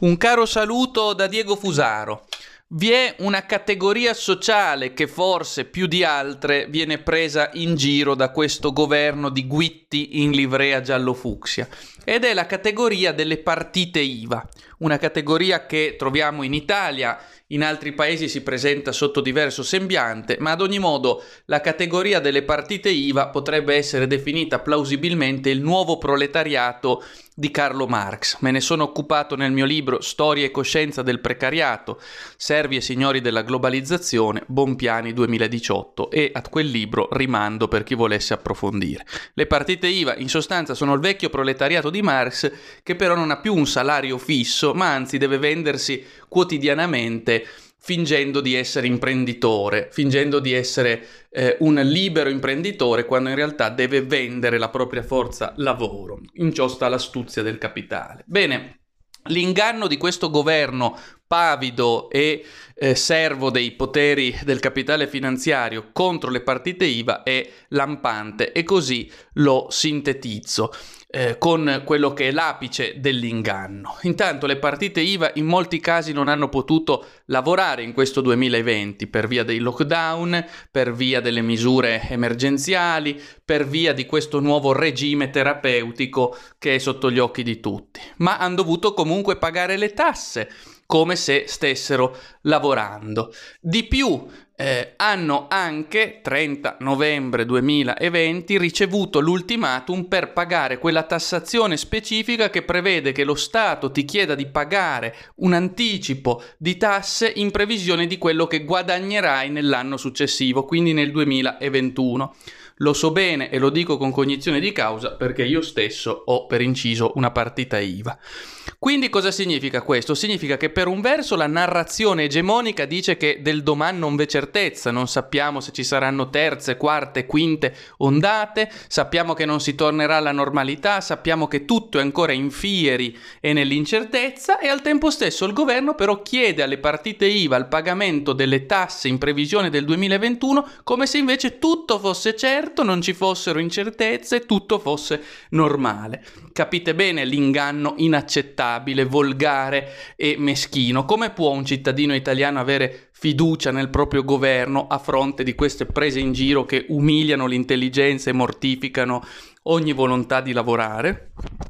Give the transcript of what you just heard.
Un caro saluto da Diego Fusaro. Vi è una categoria sociale che forse più di altre viene presa in giro da questo governo di guitti in livrea giallo-fucsia ed è la categoria delle partite IVA, una categoria che troviamo in Italia, in altri paesi si presenta sotto diverso sembiante, ma ad ogni modo la categoria delle partite IVA potrebbe essere definita plausibilmente il nuovo proletariato di Carlo Marx. Me ne sono occupato nel mio libro Storia e coscienza del precariato, servi e signori della globalizzazione, Bompiani 2018, e a quel libro rimando per chi volesse approfondire. Le partite IVA in sostanza sono il vecchio proletariato di Marx, che però non ha più un salario fisso, ma anzi deve vendersi quotidianamente fingendo di essere imprenditore, fingendo di essere un libero imprenditore, quando in realtà deve vendere la propria forza lavoro. In ciò sta l'astuzia del capitale. Bene, l'inganno di questo governo pavido e servo dei poteri del capitale finanziario contro le partite IVA è lampante e così lo sintetizzo con quello che è l'apice dell'inganno. Intanto le partite IVA in molti casi non hanno potuto lavorare in questo 2020 per via dei lockdown, per via delle misure emergenziali, per via di questo nuovo regime terapeutico che è sotto gli occhi di tutti, ma hanno dovuto comunque pagare le tasse come se stessero lavorando. Di più, hanno anche, 30 novembre 2020, ricevuto l'ultimatum per pagare quella tassazione specifica che prevede che lo Stato ti chieda di pagare un anticipo di tasse in previsione di quello che guadagnerai nell'anno successivo, quindi nel 2021. Lo so bene e lo dico con cognizione di causa perché io stesso ho per inciso una partita IVA. Quindi cosa significa questo? Significa che per un verso la narrazione egemonica dice che del domani non v'è certezza, non sappiamo se ci saranno terze, quarte, quinte ondate, sappiamo che non si tornerà alla normalità, sappiamo che tutto è ancora in fieri e nell'incertezza, e al tempo stesso il governo però chiede alle partite IVA il pagamento delle tasse in previsione del 2021 come se invece tutto fosse certo, non ci fossero incertezze, tutto fosse normale. Capite bene l'inganno inaccettabile, volgare e meschino. Come può un cittadino italiano avere fiducia nel proprio governo a fronte di queste prese in giro che umiliano l'intelligenza e mortificano ogni volontà di lavorare?